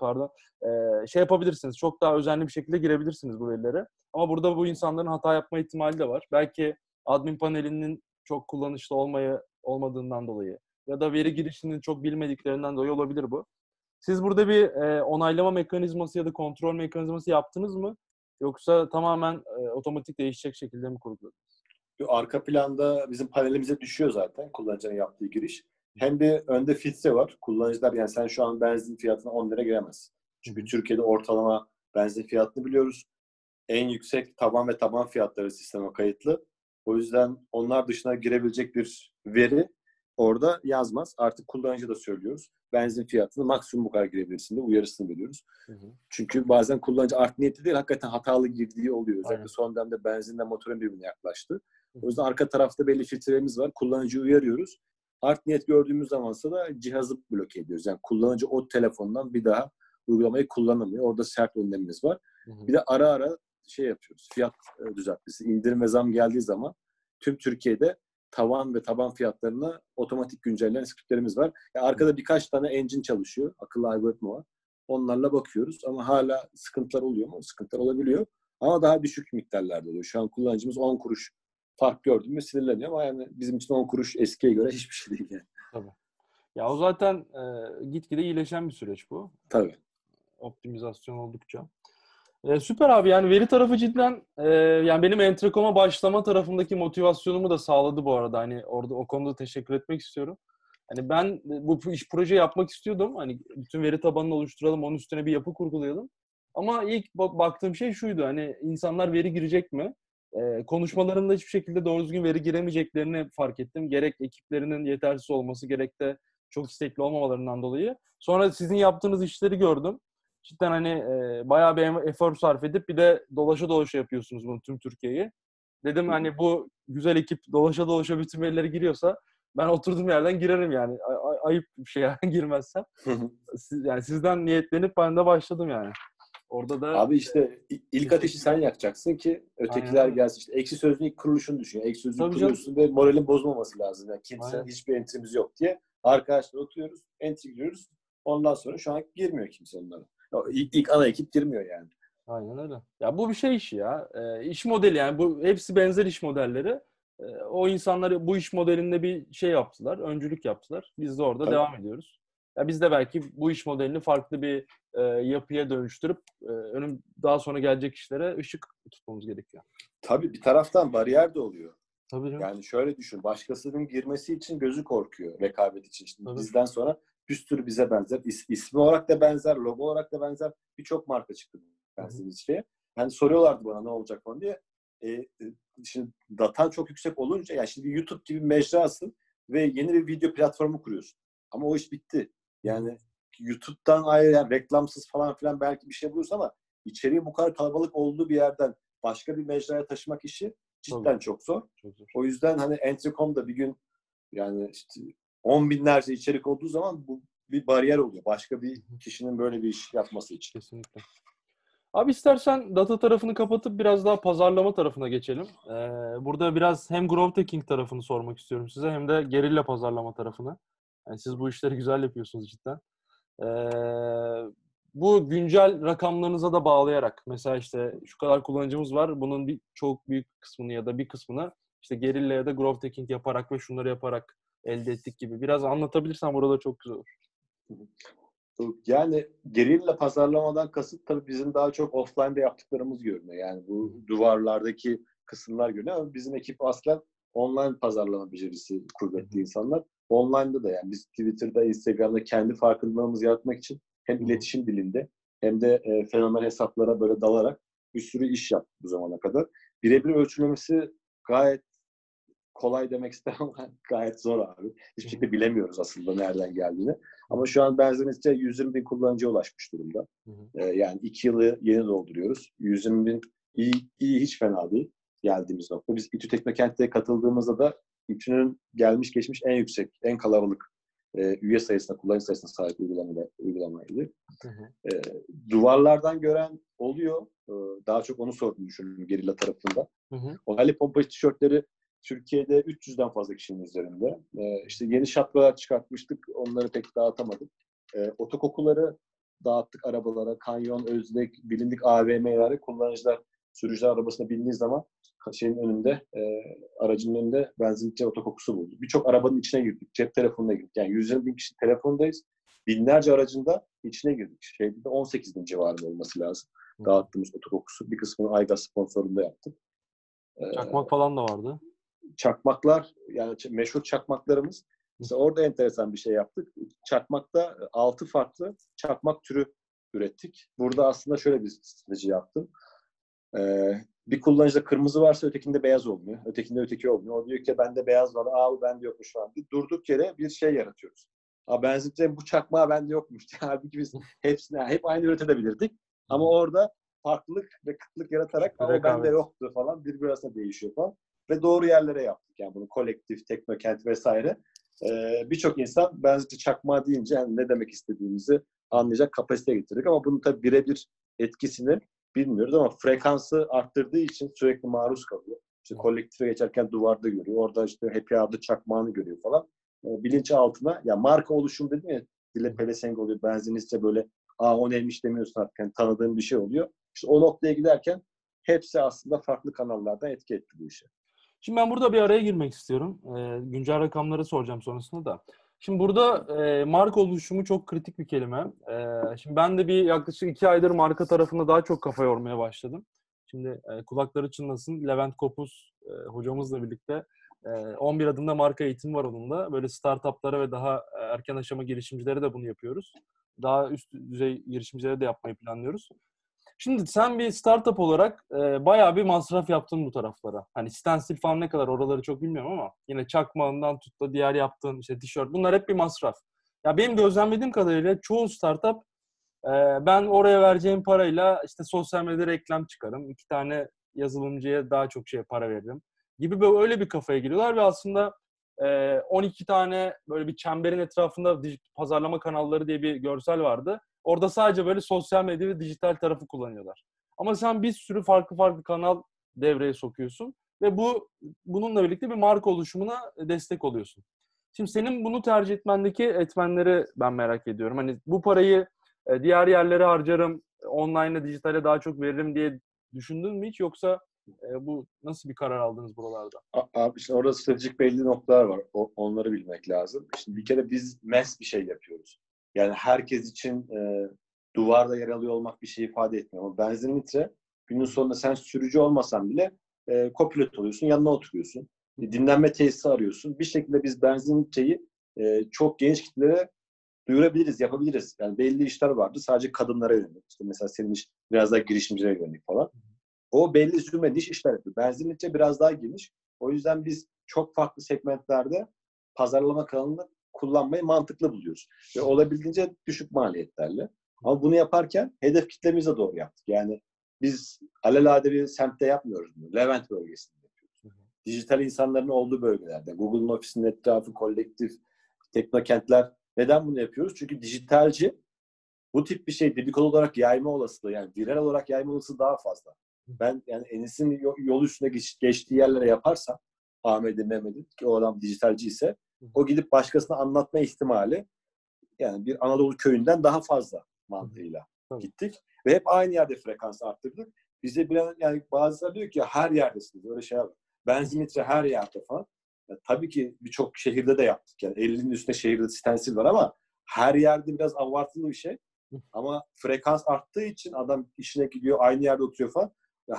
şey yapabilirsiniz. Çok daha özenli bir şekilde girebilirsiniz bu verilere. Ama burada bu insanların hata yapma ihtimali de var. Belki admin panelinin çok kullanışlı olmadığından dolayı ya da veri girişini çok bilmediklerinden dolayı olabilir bu. Siz burada bir onaylama mekanizması ya da kontrol mekanizması yaptınız mı? Yoksa tamamen otomatik değişecek şekilde mi kurguladınız? Arka planda bizim panelimize düşüyor zaten kullanıcının yaptığı giriş. Hem bir önde filtre var. Kullanıcılar yani sen şu an benzin fiyatına 10 lira giremezsin. Çünkü Türkiye'de ortalama Benzin fiyatını biliyoruz. En yüksek taban ve taban fiyatları sisteme kayıtlı. O yüzden onlar dışına girebilecek bir veri orada yazmaz. Artık kullanıcı da söylüyoruz. Benzin fiyatını maksimum bu kadar girebilirsin de uyarısını veriyoruz. Çünkü bazen kullanıcı art niyetli değil, hakikaten hatalı girdiği oluyor. Özellikle Aynen. son dönemde benzinle motorun birbirine yaklaştı. O yüzden arka tarafta belli filtrelerimiz var. Kullanıcıyı uyarıyoruz. Art niyet gördüğümüz zamansa da cihazı bloke ediyoruz. Yani kullanıcı o telefondan bir daha uygulamayı kullanamıyor. Orada sert önlemimiz var. Bir de ara ara şey yapıyoruz. Fiyat düzeltmesi. İndirim ve zam geldiği zaman tüm Türkiye'de tavan ve taban fiyatlarına otomatik güncelleyen skriptlerimiz var. Yani arkada birkaç tane engine çalışıyor. Akıllı algoritma var. Onlarla bakıyoruz ama hala sıkıntılar oluyor mu? Sıkıntılar olabiliyor. Ama daha düşük miktarlarda oluyor. Şu an kullanıcımız 10 kuruş fark gördü mü sinirleniyor ama yani bizim için 10 kuruş eskiye göre hiçbir şey değil yani. Tabii. Ya o zaten gitgide iyileşen bir süreç bu. Tabii. Optimizasyon oldukça. Süper abi, yani veri tarafı cidden yani benim Entrecom'a başlama tarafındaki motivasyonumu da sağladı bu arada. Hani orada o konuda teşekkür etmek istiyorum. Hani ben bu proje yapmak istiyordum. Hani bütün veri tabanını oluşturalım, onun üstüne bir yapı kurgulayalım. Ama ilk baktığım şey şuydu. Hani insanlar veri girecek mi? Konuşmalarında hiçbir şekilde doğru düzgün veri giremeyeceklerini fark ettim. Gerek ekiplerinin yetersiz olması, gerek de çok istekli olmamalarından dolayı. Sonra sizin yaptığınız işleri gördüm. Cidden hani bayağı bir efor sarf edip bir de dolaşa dolaşa yapıyorsunuz bunu tüm Türkiye'yi. Dedim hani bu güzel ekip dolaşa dolaşa bütün verileri giriyorsa ben oturduğum yerden girerim yani. Ayıp bir şey yani girmezsem. Yani sizden niyetlenip ben de başladım yani. Orada da abi işte ilk ateşi sen yakacaksın ki ötekiler aynen. gelsin. İşte Ekşi Sözlüğün ilk kuruluşunu düşün. Ekşi Sözlüğü Tabii canım. kuruyorsun ve moralin bozulmaması lazım. Yani kimse Aynen. hiçbir entrimiz yok diye. Arkadaşlar oturuyoruz, entry giriyoruz. Ondan sonra şu an girmiyor kimse onlara. İlk ana ekip girmiyor yani. Aynen öyle. Ya bu bir şey işi ya. İş modeli yani. Bu hepsi benzer iş modelleri. O insanlar bu iş modelinde bir şey yaptılar. Öncülük yaptılar. Biz de orada Tabii. devam ediyoruz. Ya biz de belki bu iş modelini farklı bir yapıya dönüştürüp daha sonra gelecek işlere ışık tutmamız gerekiyor. Tabii bir taraftan bariyer de oluyor. Tabii canım. Yani şöyle düşün. Başkasının girmesi için gözü korkuyor rekabet için. Şimdi bizden sonra bir sürü bize benzer. İsmi olarak da benzer, logo olarak da benzer birçok marka çıktı Benzin Litre'ye. Yani soruyorlardı bana ne olacak falan diye. Şimdi datan çok yüksek olunca yani şimdi YouTube gibi mecrasın ve yeni bir video platformu kuruyorsun. Ama o iş bitti. Yani YouTube'dan ayrı yani reklamsız falan filan belki bir şey bulursun ama içeriği bu kadar kalabalık olduğu bir yerden başka bir mecraya taşımak işi cidden çok zor. Çok zor. O yüzden hani Entry.com'da bir gün yani işte 10 binlerce içerik olduğu zaman bu bir bariyer oluyor. Başka bir kişinin böyle bir iş yapması için. Kesinlikle. Abi istersen data tarafını kapatıp biraz daha pazarlama tarafına geçelim. Burada biraz hem growth hacking tarafını sormak istiyorum size hem de gerilla pazarlama tarafını. Yani siz bu işleri güzel yapıyorsunuz cidden. Bu güncel rakamlarınıza da bağlayarak mesela işte şu kadar kullanıcımız var. Bunun çok büyük kısmını ya da bir kısmını işte gerilla ya da growth hacking yaparak ve şunları yaparak elde ettik gibi. Biraz anlatabilirsem burada çok güzel olur. Yani gerilla pazarlamadan kasıt tabii bizim daha çok offline'da yaptıklarımız görünüyor. Yani bu duvarlardaki kısımlar görünüyor ama bizim ekip aslen online pazarlama becerisi kuvvetli insanlar. Online'da da yani biz Twitter'da, Instagram'da kendi farkındalığımızı yaratmak için hem iletişim dilinde hem de fenomen hesaplara böyle dalarak bir sürü iş yaptık bu zamana kadar. Birebir ölçülmesi gayet kolay demek istemem ama gayet zor abi. Hiçbir şekilde bilemiyoruz aslında nereden geldiğini. Ama şu an Benzin Litre 120 bin kullanıcıya ulaşmış durumda. Yani 2 yılı yeni dolduruyoruz. 120 bin iyi hiç fena değil geldiğimiz nokta. Biz İTÜ Teknokent'e katıldığımızda da İTÜ'nün gelmiş geçmiş en yüksek, en kalabalık üye sayısına, kullanıcı sayısına sahip uygulamaydı. Duvarlardan gören oluyor. Daha çok onu sorduğunu düşünüyorum gerilla tarafında. O Hali Pompa tişörtleri Türkiye'de 300'den fazla kişinin üzerinde. İşte yeni şapkalar çıkartmıştık. Onları pek dağıtamadık. Otokokuları dağıttık arabalara. Kanyon, Özdek, bilindik AVM'lere kullanıcılar, sürücüler arabasına bindiği zaman şeyin önünde, aracın önünde benzinlikçi otokokusu buldu. Birçok arabanın içine girdik. Cep telefonuna girdik. Yani 120 bin kişi telefondayız. Binlerce aracın da içine girdik. Şeyde de 18 bin civarında olması lazım. Dağıttığımız otokokusu. Bir kısmını Aygaz sponsorunda yaptık. Çakmak falan da vardı. Çakmaklar, yani meşhur çakmaklarımız. Mesela orada enteresan bir şey yaptık. Çakmakta 6 farklı çakmak türü ürettik. Burada aslında şöyle bir strateji yaptım. Bir kullanıcıda kırmızı varsa ötekinde beyaz olmuyor. Ötekinde öteki olmuyor. O diyor ki bende beyaz var. Bu bende yokmuş falan. Durduk yere bir şey yaratıyoruz. Benzinliğe bu çakmağı bende yokmuş. Halbuki biz hepsini hep aynı üretebilirdik. Ama orada farklılık ve kıtlık yaratarak o bende yoktu falan. Birbiri arasında değişiyor falan. Ve doğru yerlere yaptık. Yani bunu kolektif, teknokent vesaire. Birçok insan benzinli çakmağı deyince yani ne demek istediğimizi anlayacak kapasiteye getirdik. Ama bunun tabii birebir etkisini bilmiyoruz ama frekansı arttırdığı için sürekli maruz kalıyor. İşte kolektife geçerken duvarda görüyor. Orada işte happy hour'da çakmağını görüyor falan. Bilinç altına ya marka oluşum dedim ya dile pelesenk oluyor. Benzinlikçe böyle o neymiş demiyorsun artık. Yani tanıdığın bir şey oluyor. İşte o noktaya giderken hepsi aslında farklı kanallardan etki etti bu işe. Şimdi ben burada bir araya girmek istiyorum. Güncel rakamları soracağım sonrasında da. Şimdi burada marka oluşumu çok kritik bir kelime. Şimdi ben de bir yaklaşık 2 aydır marka tarafında daha çok kafa yormaya başladım. Şimdi kulakları çınlasın. Levent Kopuz hocamızla birlikte 11 adımda marka eğitimi var onun da. Böyle startuplara ve daha erken aşama girişimcilere de bunu yapıyoruz. Daha üst düzey girişimcilere de yapmayı planlıyoruz. Şimdi sen bir startup olarak bayağı bir masraf yaptın bu taraflara. Hani stencil falan ne kadar oraları çok bilmiyorum ama yine çakmağından tut da diğer yaptığın işte tişört bunlar hep bir masraf. Ya benim gözlemlediğim kadarıyla çoğu startup ben oraya vereceğim parayla işte sosyal medyada reklam çıkarım. 2 tane yazılımcıya daha çok para veririm gibi böyle öyle bir kafaya giriyorlar ve aslında 12 tane böyle bir çemberin etrafında pazarlama kanalları diye bir görsel vardı. Orada sadece böyle sosyal medya ve dijital tarafı kullanıyorlar. Ama sen bir sürü farklı kanal devreye sokuyorsun ve bununla birlikte bir marka oluşumuna destek oluyorsun. Şimdi senin bunu tercih etmendeki etmenleri ben merak ediyorum. Hani bu parayı diğer yerlere harcarım, online'a, dijitale daha çok veririm diye düşündün mü hiç? Yoksa bu nasıl bir karar aldınız buralarda? Abi işte orada stratejik belli noktalar var. Onları bilmek lazım. Şimdi bir kere biz mass bir şey yapıyoruz. Yani herkes için duvarda yer alıyor olmak bir şey ifade etmiyor. Ama benzin litre günün sonunda sen sürücü olmasan bile kopilot oluyorsun, yanına oturuyorsun. Dinlenme tesisi arıyorsun. Bir şekilde biz benzin litreyi çok geniş kitlere duyurabiliriz, yapabiliriz. Yani belli işler vardı. Sadece kadınlara yönelik. İşte mesela senin iş biraz daha girişimcilere yönelik falan. O belli zümre niş işler yapıyor. Benzin litre biraz daha geniş. O yüzden biz çok farklı segmentlerde pazarlama kanalını kullanmayı mantıklı buluyoruz. Ve olabildiğince düşük maliyetlerle. Ama bunu yaparken hedef kitlemize doğru yaptık. Yani biz alelade bir semtte yapmıyoruz bunu. Levent bölgesinde yapıyoruz. Dijital insanların olduğu bölgelerde. Google'un ofisinin etrafı, kolektif, teknokentler. Neden bunu yapıyoruz? Çünkü dijitalci bu tip bir şey dedikodu olarak yayma olasılığı, yani viral olarak yayma olasılığı daha fazla. Ben yani Enis'in yol üstünde geçtiği yerlere yaparsam Ahmet'in, Mehmet'in ki o adam dijitalci ise o gidip başkasına anlatma ihtimali yani bir Anadolu köyünden daha fazla mantığıyla gittik. Ve hep aynı yerde frekans arttırdık. Bize bilen yani bazıları diyor ki her yerdesiniz. Öyle şey var. Benzin litre her yerde falan. Tabii ki birçok şehirde de yaptık. Yani 50'nin üstünde şehirde stencil var ama her yerde biraz abartılı bir şey. Ama frekans arttığı için adam işine gidiyor, aynı yerde oturuyor falan.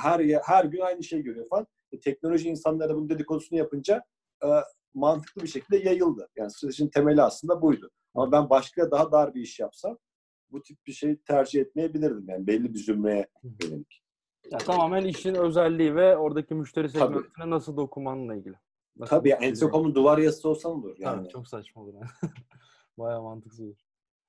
Her gün aynı şeyi görüyor falan. Teknoloji insanlara bunun dedikodusunu yapınca mantıklı bir şekilde yayıldı. Yani stratejinin temeli aslında buydu. Ama ben başka daha dar bir iş yapsam bu tip bir şey tercih etmeyebilirdim. Yani belli bir zümreye yönelik. Yani tamamen işin özelliği ve oradaki müşteri segmentine nasıl dokunmanla ilgili. Tabii yani Entekom'un duvar yazısı olsa mı olur? Yani. Tabii, çok saçma olur. Bayağı mantıksız olur.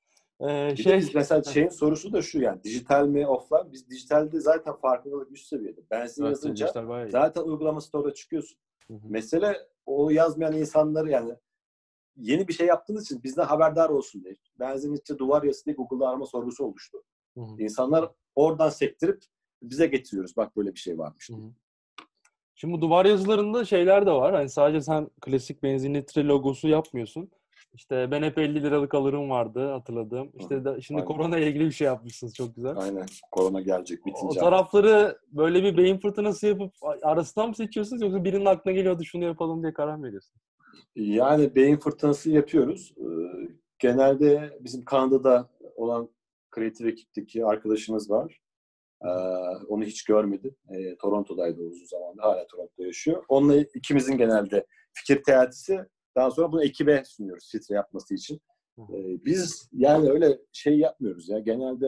Biz mesela şeyin sorusu da şu yani dijital mi offline? Biz dijitalde zaten farkındalık üst seviyede. Benzin yazınca zaten uygulama store'da çıkıyorsun. Mesele o yazmayan insanları yani yeni bir şey yaptığınız için bizden haberdar olsun diye. Benzin litre duvar yazısı diye Google'da arama sorgusu oluştu. İnsanlar oradan sektirip bize getiriyoruz. Bak böyle bir şey varmış diye. Şimdi bu duvar yazılarında şeyler de var. Hani sadece sen klasik benzin litre logosu yapmıyorsun. İşte ben hep 50 liralık alırım vardı hatırladığım. İşte şimdi korona ile ilgili bir şey yapmışsınız çok güzel. Aynen. Korona gelecek bitince. O tarafları böyle bir beyin fırtınası yapıp arasından mı seçiyorsunuz yoksa birinin aklına geliyordu şunu yapalım diye karar mı veriyorsunuz? Yani beyin fırtınası yapıyoruz. Genelde bizim Kanada'da olan kreatif ekipteki arkadaşımız var. Onu hiç görmedim. Toronto'daydı uzun zamandır. Hala Toronto'da yaşıyor. Onunla ikimizin genelde fikir teatisi. Daha sonra bunu ekibe sunuyoruz filtre yapması için. Biz yani öyle şey yapmıyoruz ya. Genelde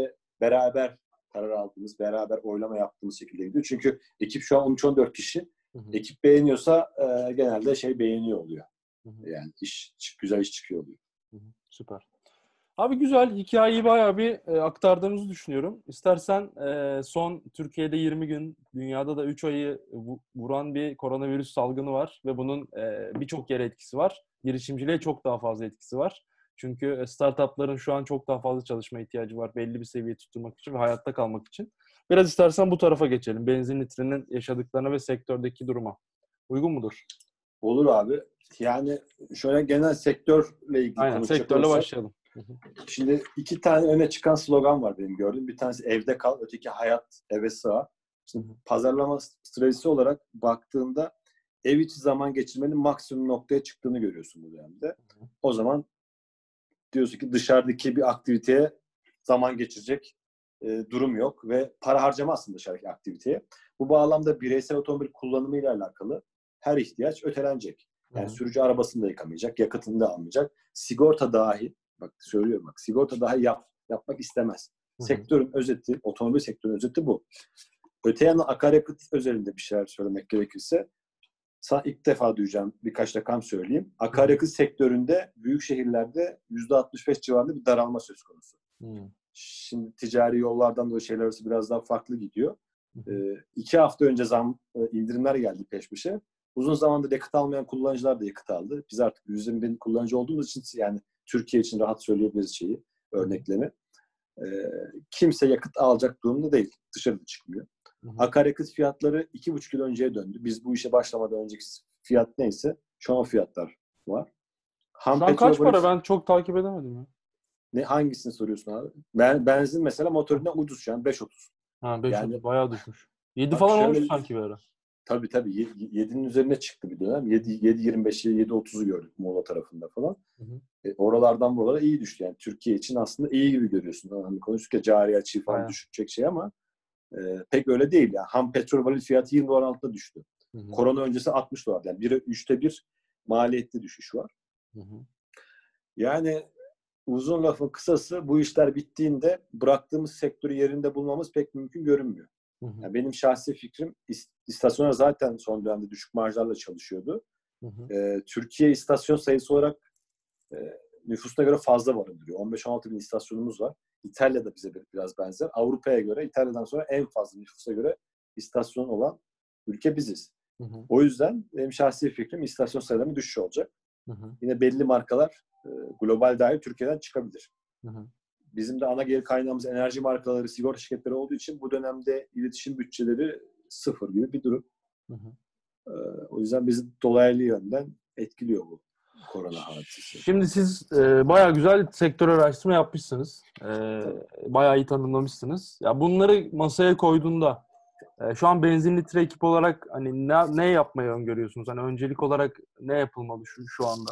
beraber karar aldığımız, beraber oylama yaptığımız şekilde gidiyor. Çünkü ekip şu an 13-14 kişi. Ekip beğeniyorsa genelde beğeniyor oluyor. Yani güzel iş çıkıyor oluyor. Süper. Abi güzel. Hikayeyi bayağı bir aktardığımızı düşünüyorum. İstersen son Türkiye'de 20 gün, dünyada da 3 ayı vuran bir koronavirüs salgını var ve bunun birçok yere etkisi var. Girişimciliğe çok daha fazla etkisi var. Çünkü startupların şu an çok daha fazla çalışma ihtiyacı var belli bir seviye tutturmak için ve hayatta kalmak için. Biraz istersen bu tarafa geçelim. Benzin litrinin yaşadıklarına ve sektördeki duruma. Uygun mudur? Olur abi. Yani şöyle genel sektörle ilgili Aynen, konuşacak sektörle olursak, başlayalım. Şimdi 2 tane öne çıkan slogan var benim gördüğüm. Bir tanesi evde kal, öteki hayat eve sığar. Şimdi pazarlama stratejisi olarak baktığında ev içi zaman geçirmenin maksimum noktaya çıktığını görüyorsun bu dönemde. O zaman diyorsun ki dışarıdaki bir aktiviteye zaman geçirecek durum yok ve para harcamazsın dışarıdaki aktiviteye. Bu bağlamda bireysel otomobil kullanımıyla alakalı her ihtiyaç ötelenecek. Yani sürücü arabasını da yıkamayacak, yakıtını da almayacak. Sigorta dahi, bak söylüyorum sigorta dahi yapmak istemez. Sektörün özeti, otomobil sektörünün özeti bu. Öte yandan akaryakıt özelinde bir şeyler söylemek gerekirse, sana ilk defa duyacağım birkaç rakam söyleyeyim. Akaryakıt sektöründe büyük şehirlerde %65 civarında bir daralma söz konusu. Şimdi ticari yollardan da o şeyler arası biraz daha farklı gidiyor. 2 hafta önce indirimler geldi peş peşe. Uzun zamandır yakıt almayan kullanıcılar da yakıt aldı. Biz artık 120.000 kullanıcı olduğumuz için yani Türkiye için rahat söyleyebiliriz örneklerini. Kimse yakıt alacak durumda değil. Dışarıda çıkmıyor. Akaryakıt fiyatları 2,5 yıl önceye döndü. Biz bu işe başlamadan önceki fiyat neyse şu an o fiyatlar var. Şu an kaç para? Ben çok takip edemedim ya. Hangisini soruyorsun abi? Benzin mesela motorundan ucuz şu an 5.30. Ha 5.30 yani, bayağı düşmüş. 7 bak, falan olmuş sanki bir ara. Tabii 7'nin üzerine çıktı bir dönem. 7.25'i 7.30'u gördük Muğla tarafında falan. Oralardan buralara iyi düştü. Yani Türkiye için aslında iyi gibi görüyorsun. Hani konuştuk ya cari açığı falan düşecek ama pek öyle değil. Yani ham petrol varil fiyatı $20 altında düştü. Korona öncesi $60. Yani 3'te 1 maliyetli düşüş var. Yani uzun lafın kısası bu işler bittiğinde bıraktığımız sektörü yerinde bulmamız pek mümkün görünmüyor. Yani benim şahsi fikrim istasyonlar zaten son dönemde düşük marjlarla çalışıyordu. Türkiye istasyon sayısı olarak nüfusuna göre fazla barındırıyor. 15-16 bin istasyonumuz var. İtalya'da bize biraz benzer. Avrupa'ya göre, İtalya'dan sonra en fazla nüfusa göre istasyon olan ülke biziz. O yüzden benim şahsi fikrim istasyon sayılarının düşüş olacak. Yine belli markalar global dahil Türkiye'den çıkabilir. Bizim de ana gelir kaynağımız enerji markaları, sigorta şirketleri olduğu için bu dönemde iletişim bütçeleri sıfır gibi bir durum. O yüzden bizi dolaylı yönden etkiliyor bu korona hadisesi. Şimdi siz bayağı güzel sektör araştırma yapmışsınız. Bayağı iyi tanımlamışsınız. Ya bunları masaya koyduğunda şu an benzin litre ekip olarak hani ne yapmayı öngörüyorsunuz? Hani öncelik olarak ne yapılmalı şu anda?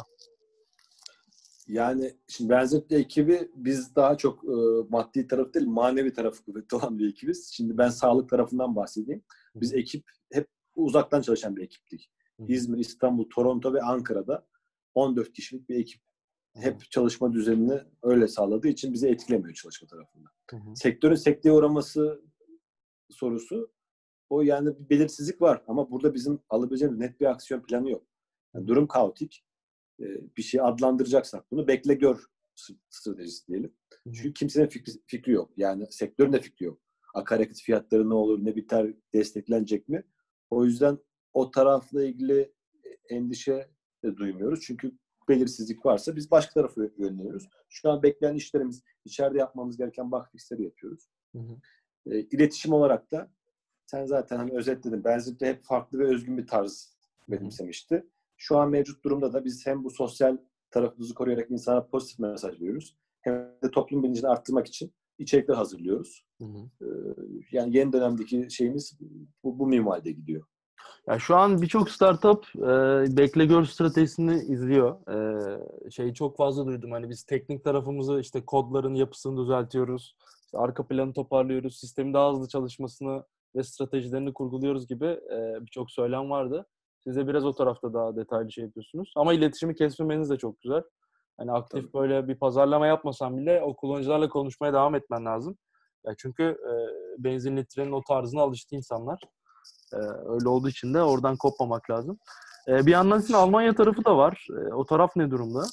Yani şimdi benzetme ekibi biz daha çok maddi tarafı değil manevi tarafı kuvvetli olan bir ekibiz. Şimdi ben sağlık tarafından bahsedeyim. Biz ekip hep uzaktan çalışan bir ekiptik. İzmir, İstanbul, Toronto ve Ankara'da 14 kişilik bir ekip. Hep çalışma düzenini öyle sağladığı için bizi etkilemiyor çalışma tarafında. Sektörün sekteye uğraması sorusu o yani bir belirsizlik var ama burada bizim alabileceğimiz net bir aksiyon planı yok. Yani durum kaotik. Bir şey adlandıracaksak bunu bekle gör stratejisi diyelim. Çünkü kimsenin fikri yok. Yani sektörün de fikri yok. Akaryakıt fiyatları ne olur, ne biter, desteklenecek mi? O yüzden o tarafla ilgili endişe de duymuyoruz. Çünkü belirsizlik varsa biz başka tarafa yönleniyoruz. Şu an bekleyen işlerimiz, içeride yapmamız gereken bug fixleri yapıyoruz. İletişim olarak da sen zaten hani özetledin. Benzin'de hep farklı ve özgün bir tarz benimsemişti. Şu an mevcut durumda da biz hem bu sosyal tarafımızı koruyarak insana pozitif mesaj veriyoruz. Hem de toplum bilincini arttırmak için içerikler hazırlıyoruz. Yani yeni dönemdeki şeyimiz bu minvalde gidiyor. Ya şu an birçok startup bekle gör stratejisini izliyor. Şeyi çok fazla duydum. Hani biz teknik tarafımızı işte kodların yapısını düzeltiyoruz. İşte arka planı toparlıyoruz. Sistemin daha hızlı çalışmasını ve stratejilerini kurguluyoruz gibi birçok söylem vardı. Siz de biraz o tarafta daha detaylı şey yapıyorsunuz. Ama iletişimi kesmemeniz de çok güzel. Hani aktif böyle bir pazarlama yapmasan bile o kullanıcılarla konuşmaya devam etmen lazım. Ya çünkü benzin litrenin o tarzına alıştı insanlar. Öyle olduğu için de oradan kopmamak lazım. Bir yandan sizin Almanya tarafı da var. O taraf ne durumda?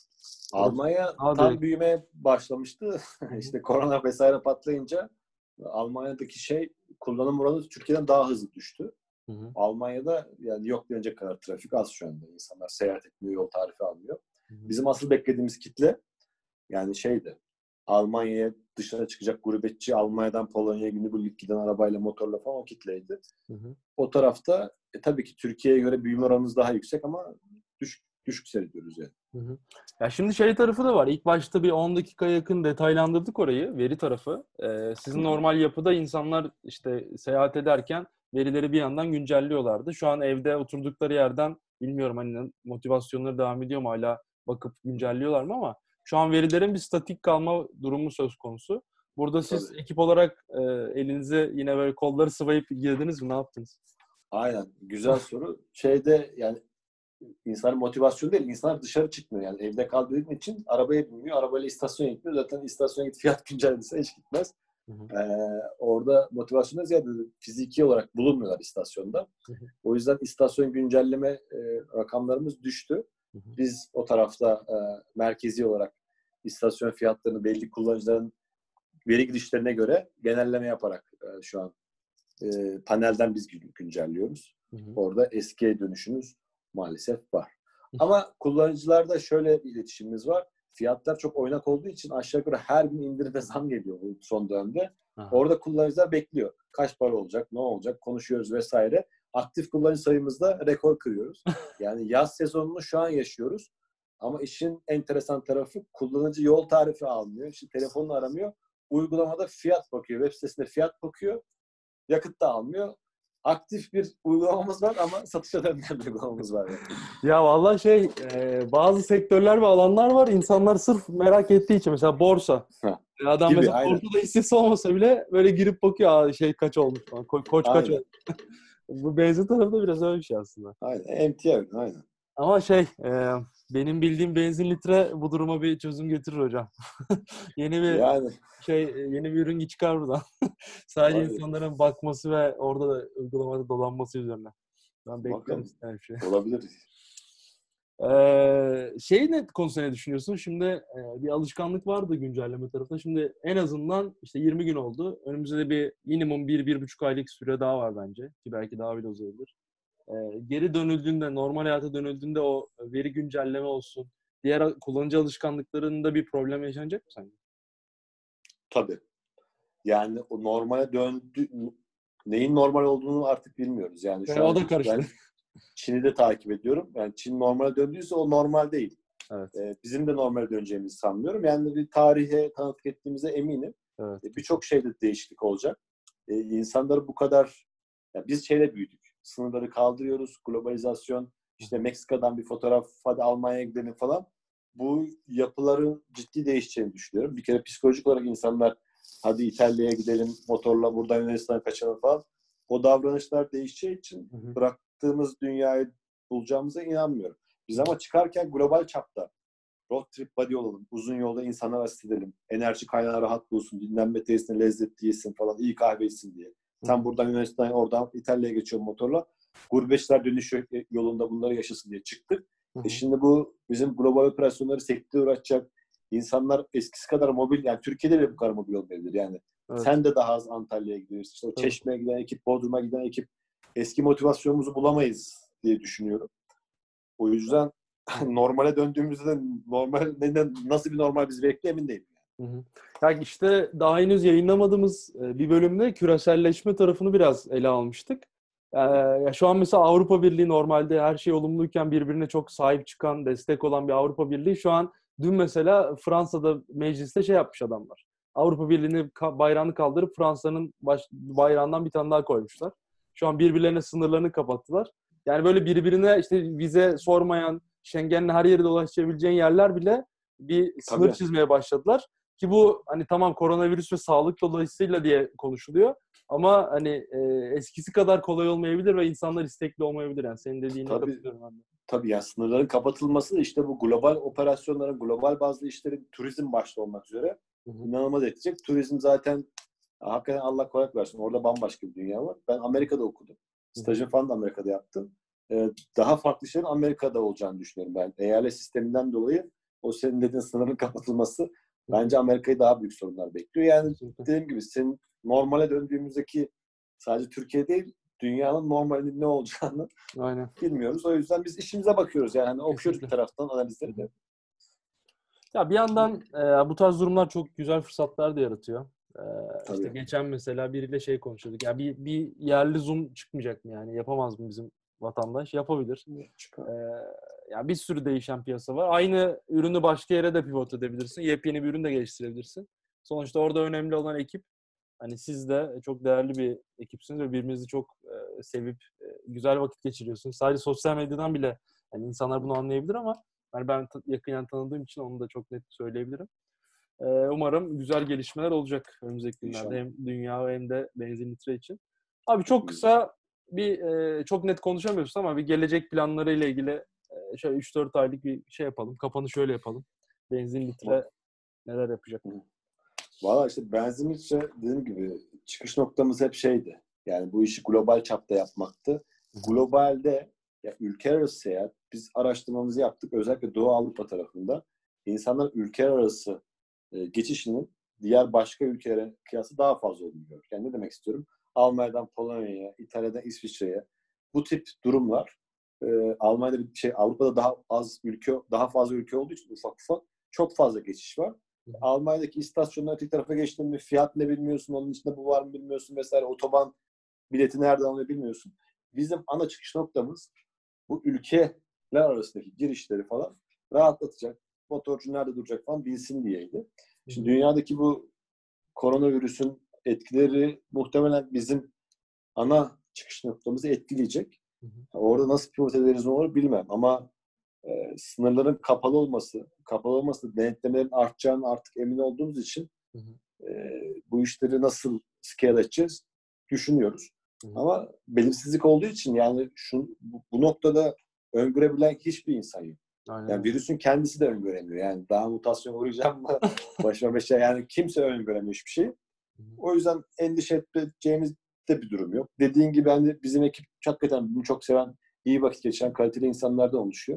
Almanya tam büyümeye başlamıştı. İşte korona vesaire patlayınca Almanya'daki kullanım oranı Türkiye'den daha hızlı düştü. Hı. Almanya'da yani yok denecek kadar trafik az şu anda. İnsanlar seyahat etmiyor, yol tarifi almıyor. Hı. Bizim asıl beklediğimiz kitle yani Almanya'ya dışarı çıkacak gurbetçi, Almanya'dan Polonya'ya günübirlik giden arabayla, motorla falan o kitleydi. Hı hı. O tarafta tabii ki Türkiye'ye göre büyüme oranımız daha yüksek ama düşük seyrediyoruz yani. Hı hı. Ya şimdi tarafı da var. İlk başta bir 10 dakika yakın detaylandırdık orayı, veri tarafı. Sizin normal yapıda insanlar işte seyahat ederken verileri bir yandan güncelliyorlardı. Şu an evde oturdukları yerden bilmiyorum hani motivasyonları devam ediyor mu hala bakıp güncelliyorlar mı ama şu an verilerin bir statik kalma durumu söz konusu. Burada siz ekip olarak elinize yine böyle kolları sıvayıp girdiniz mi? Ne yaptınız? Aynen. Güzel soru. Yani İnsanın motivasyonu değil, insanlar dışarı çıkmıyor. Yani evde kaldığı için arabaya binmiyor, arabayla istasyona gitmiyor. Zaten istasyona git fiyat güncellenirse hiç gitmez. Hı hı. Orada motivasyonda ziyade fiziki olarak bulunmuyorlar istasyonda. Hı hı. O yüzden istasyon güncelleme rakamlarımız düştü. Hı hı. Biz o tarafta merkezi olarak istasyon fiyatlarını belli kullanıcıların veri girişlerine göre genelleme yaparak şu an panelden biz güncelliyoruz. Hı hı. Orada eskiye dönüşümüz maalesef var. Ama kullanıcılarda şöyle bir iletişimimiz var. Fiyatlar çok oynak olduğu için aşağı yukarı her gün indirim ve zam geliyor bu son dönemde. Aha. Orada kullanıcılar bekliyor. Kaç para olacak, ne olacak, konuşuyoruz vesaire. Aktif kullanıcı sayımızda rekor kırıyoruz. Yani yaz sezonunu şu an yaşıyoruz. Ama işin enteresan tarafı kullanıcı yol tarifi almıyor. İşte telefonunu aramıyor. Uygulamada fiyat bakıyor. Web sitesinde fiyat bakıyor. Yakıt da almıyor. Aktif bir uygulamamız var ama satışa dönmeyen bir uygulamamız var. Yani. Ya vallahi bazı sektörler ve alanlar var. İnsanlar sırf merak ettiği için mesela borsa. Adam gibi, mesela aynen. borsada hissesi olmasa bile böyle girip bakıyor kaç olmuş falan. Koç kaç olmuş. Bu benzin tarafı da biraz öyle bir şey aslında. Aynen. Emtia aynen. Ama benim bildiğim benzin litre bu duruma bir çözüm getirir hocam. Yeni bir ürün çıkar buradan. Sadece Aynen. insanların bakması ve orada da uygulamada dolanması üzerine. Ben bekliyorum bir şey. Olabilir. Ne konusunda ne düşünüyorsun? Şimdi bir alışkanlık vardı güncelleme tarafında. Şimdi en azından işte 20 gün oldu. Önümüzde de bir minimum 1-1,5 aylık süre daha var bence. Ki belki daha bile uzayabilir. Geri dönüldüğünde, normal hayata dönüldüğünde o veri güncelleme olsun, diğer kullanıcı alışkanlıklarında bir problem yaşanacak mı sence? Tabii. Yani o normale döndü, neyin normal olduğunu artık bilmiyoruz. Yani şu o an da karıştı. ben Çin'i de takip ediyorum. Yani Çin normale döndüyse o normal değil. Evet. Bizim de normale döneceğimizi sanmıyorum. Yani bir tarihe tanıklık ettiğimize eminim. Evet. Birçok şeyde değişiklik olacak. İnsanları bu kadar biz büyüdük. Sınırları kaldırıyoruz. Globalizasyon. İşte Meksika'dan bir fotoğraf, hadi Almanya'ya gidelim falan. Bu yapıların ciddi değişeceğini düşünüyorum. Bir kere psikolojik olarak insanlar hadi İtalya'ya gidelim, motorla buradan Yunanistan'a kaçalım falan. O davranışlar değişeceği için bıraktığımız dünyayı bulacağımıza inanmıyorum. Biz ama çıkarken global çapta road trip buddy olalım. Uzun yolda insanlar asist edelim. Enerji kaynağı rahat bulsun. Dinlenme tesisine lezzetli yesin falan. İyi kahve içsin diye. Sen buradan Yunanistan'a, oradan İtalya'ya geçiyorsun motorla. Gurbetçiler dönüş yolunda bunları yaşasın diye çıktık. Şimdi bu bizim global operasyonları sekteye uğraşacak. İnsanlar eskisi kadar mobil, yani Türkiye'de de bu kadar mobil olmayabilir yani. Evet. Sen de daha az Antalya'ya gidiyorsun. İşte o Çeşme'ye giden ekip, Bodrum'a giden ekip eski motivasyonumuzu bulamayız diye düşünüyorum. O yüzden normale döndüğümüzde nasıl bir normal bizi bekliyor emin değilim. Ya işte daha henüz yayınlamadığımız bir bölümde küreselleşme tarafını biraz ele almıştık. Ya şu an mesela Avrupa Birliği normalde her şey olumluyken birbirine çok sahip çıkan, destek olan bir Avrupa Birliği şu an dün mesela Fransa'da mecliste yapmış adamlar. Avrupa Birliği'nin bayrağını kaldırıp Fransa'nın bayrağından bir tane daha koymuşlar. Şu an birbirlerine sınırlarını kapattılar. Yani böyle birbirine işte vize sormayan, Schengen'le her yere dolaşabileceğin yerler bile bir sınır çizmeye başladılar. Ki bu hani tamam koronavirüs ve sağlık dolayısıyla diye konuşuluyor. Ama hani eskisi kadar kolay olmayabilir ve insanlar istekli olmayabilir. Yani senin dediğine katılıyorum ben de. Tabii ya, sınırların kapatılması işte bu global operasyonların, global bazı işlerin turizm başta olmak üzere inanılmaz edecek. Turizm zaten Hakikaten Allah kolaylık versin. Orada bambaşka bir dünya var. Ben Amerika'da okudum. Stajım falan da Amerika'da yaptım. Daha farklı şeylerin Amerika'da olacağını düşünüyorum ben. Eyalet sisteminden dolayı o senin dediğin sınırın kapatılması bence Amerika'yı daha büyük sorunlar bekliyor. Yani dediğim gibi senin normale döndüğümüzdeki sadece Türkiye değil, dünyanın normalinin ne olacağını bilmiyoruz. O yüzden biz işimize bakıyoruz. Yani okuyoruz bir taraftan analizleri de. Ya bir yandan bu tarz durumlar çok güzel fırsatlar da yaratıyor. İşte geçen mesela biriyle konuşuyorduk. Ya bir yerli Zoom çıkmayacak mı yani? Yapamaz mı bizim vatandaş? Yapabilir. Ya bir sürü değişen piyasa var. Aynı ürünü başka yere de pivot edebilirsin. Yepyeni bir ürün de geliştirebilirsin. Sonuçta orada önemli olan ekip. Hani siz de çok değerli bir ekipsiniz ve birbirinizi çok sevip güzel vakit geçiriyorsunuz. Sadece sosyal medyadan bile yani insanlar bunu anlayabilir ama yani ben yakından tanıdığım için onu da çok net söyleyebilirim. Umarım güzel gelişmeler olacak önümüzdeki günlerde. Hem dünya hem de benzin litre için. Abi çok kısa çok net konuşamıyorsun ama bir gelecek planları ile ilgili şöyle 3-4 aylık bir şey yapalım. Kapanı şöyle yapalım. Benzin litre neler yapacak? Valla işte benzin litre dediğim gibi çıkış noktamız hep şeydi. Yani bu işi global çapta yapmaktı. Globalde ya ülke arası seyahat, biz araştırmamızı yaptık. Özellikle Doğu Avrupa tarafında insanlar ülke arası geçişinin diğer başka ülkelere kıyasla daha fazla olduğunu gördük. Yani ne demek istiyorum? Almanya'dan Polonya'ya, İtalya'dan İsviçre'ye bu tip durumlar Almanya'da Avrupa'da daha fazla ülke olduğu için ufak çok fazla geçiş var. Almanya'daki istasyonlara öteki tarafa geçtin mi fiyat ne bilmiyorsun, onun içinde bu var mı bilmiyorsun vesaire. Otoban bileti nereden alıyor bilmiyorsun. Bizim ana çıkış noktamız bu ülkeler arasındaki girişleri falan rahatlatacak. Motorcu nerede duracak falan bilsin diyeydi. Şimdi dünyadaki bu koronavirüsün etkileri muhtemelen bizim ana çıkış noktamızı etkileyecek. Orada nasıl pivot ederiz ne olur bilmem ama sınırların kapalı olması, denetlemelerin artacağını artık emin olduğumuz için bu işleri nasıl scale edeceğiz düşünüyoruz. Ama belirsizlik olduğu için yani bu noktada öngörebilen hiçbir insan yok. Aynen. Yani virüsün kendisi de öngöremiyor. Yani daha mutasyon uğrayacağım mı? Başıma yani kimse öngöremiyor hiçbir şey. O yüzden endişe edeceğimiz de bir durum yok. Dediğin gibi hani bizim ekip hakikaten bunu çok seven, iyi vakit geçiren, kaliteli insanlardan oluşuyor.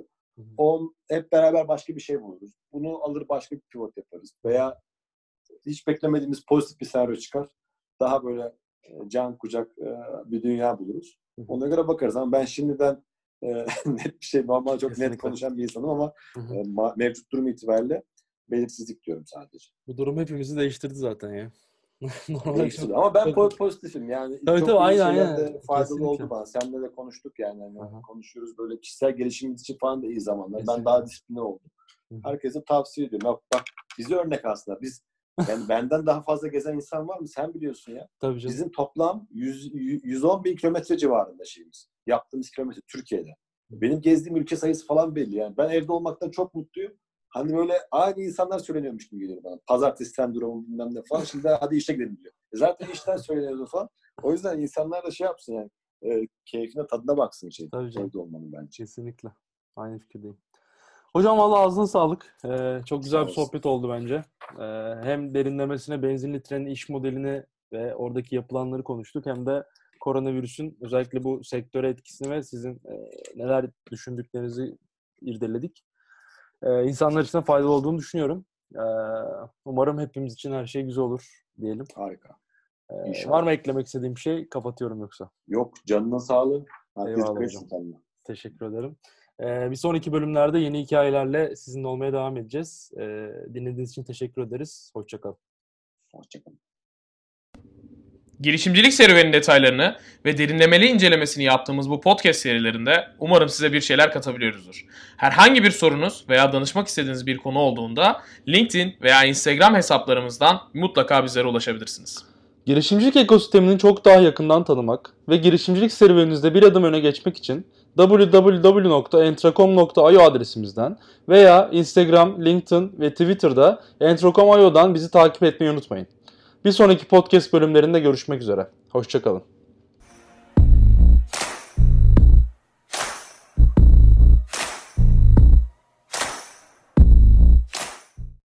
Hep beraber başka bir şey buluruz. Bunu alır başka bir pivot yaparız. Veya hiç beklemediğimiz pozitif bir senaryo çıkar. Daha böyle can kucak bir dünya buluruz. Ona göre bakarız. Ama ben şimdiden net bir şey, normal çok Kesinlikle. net konuşan bir insanım ama mevcut durum itibariyle belirsizlik diyorum sadece. Bu durum hepimizi değiştirdi zaten ya. Değiştirdi. Ama ben pozitifim. Yani tabii, çok iyi şeyler aynen. de faydalı Kesinlikle. oldu bana. Seninle de konuştuk yani. Konuşuyoruz böyle kişisel gelişimimiz için falan da iyi zamanlar. Kesinlikle. Ben daha disiplinli oldum. Herkese tavsiye ediyorum. Bak bize örnek aslında. Yani benden daha fazla gezen insan var mı? Sen biliyorsun ya. Tabii canım. Bizim toplam 110 bin kilometre civarında şeyimiz. Yaptığımız kilometre Türkiye'de. Benim gezdiğim ülke sayısı falan belli yani. Ben evde olmaktan çok mutluyum. Hani böyle aynı insanlar söyleniyormuş gibi geliyor bana. Pazartesi sendromu bilmem ne falan. Şimdi hadi işe gidelim diyor. Zaten işten söyleniyordu falan. O yüzden insanlar da yapsın yani. Keyfine tadına baksın evde olmanın bence. Kesinlikle. Aynı fikirdeyim. Hocam vallahi ağzına sağlık. Çok güzel bir sohbet oldu bence. Hem derinlemesine benzin litrenin iş modelini ve oradaki yapılanları konuştuk. Hem de koronavirüsün özellikle bu sektöre etkisini ve sizin neler düşündüklerinizi irdeledik. İnsanlar için faydalı olduğunu düşünüyorum. Umarım hepimiz için her şey güzel olur diyelim. Harika. Var mı eklemek istediğim bir şey? Kapatıyorum yoksa. Yok. Canına sağlık. Eyvallah hocam. Teşekkür ederim. Bir sonraki bölümlerde yeni hikayelerle sizinle olmaya devam edeceğiz. Dinlediğiniz için teşekkür ederiz. Hoşçakalın. Hoşçakalın. Girişimcilik serüvenin detaylarını ve derinlemeli incelemesini yaptığımız bu podcast serilerinde umarım size bir şeyler katabiliyoruzdur. Herhangi bir sorunuz veya danışmak istediğiniz bir konu olduğunda LinkedIn veya Instagram hesaplarımızdan mutlaka bizlere ulaşabilirsiniz. Girişimcilik ekosistemini çok daha yakından tanımak ve girişimcilik serüveninizde bir adım öne geçmek için www.entracom.io adresimizden veya Instagram, LinkedIn ve Twitter'da entracom.io'dan bizi takip etmeyi unutmayın. Bir sonraki podcast bölümlerinde görüşmek üzere. Hoşçakalın.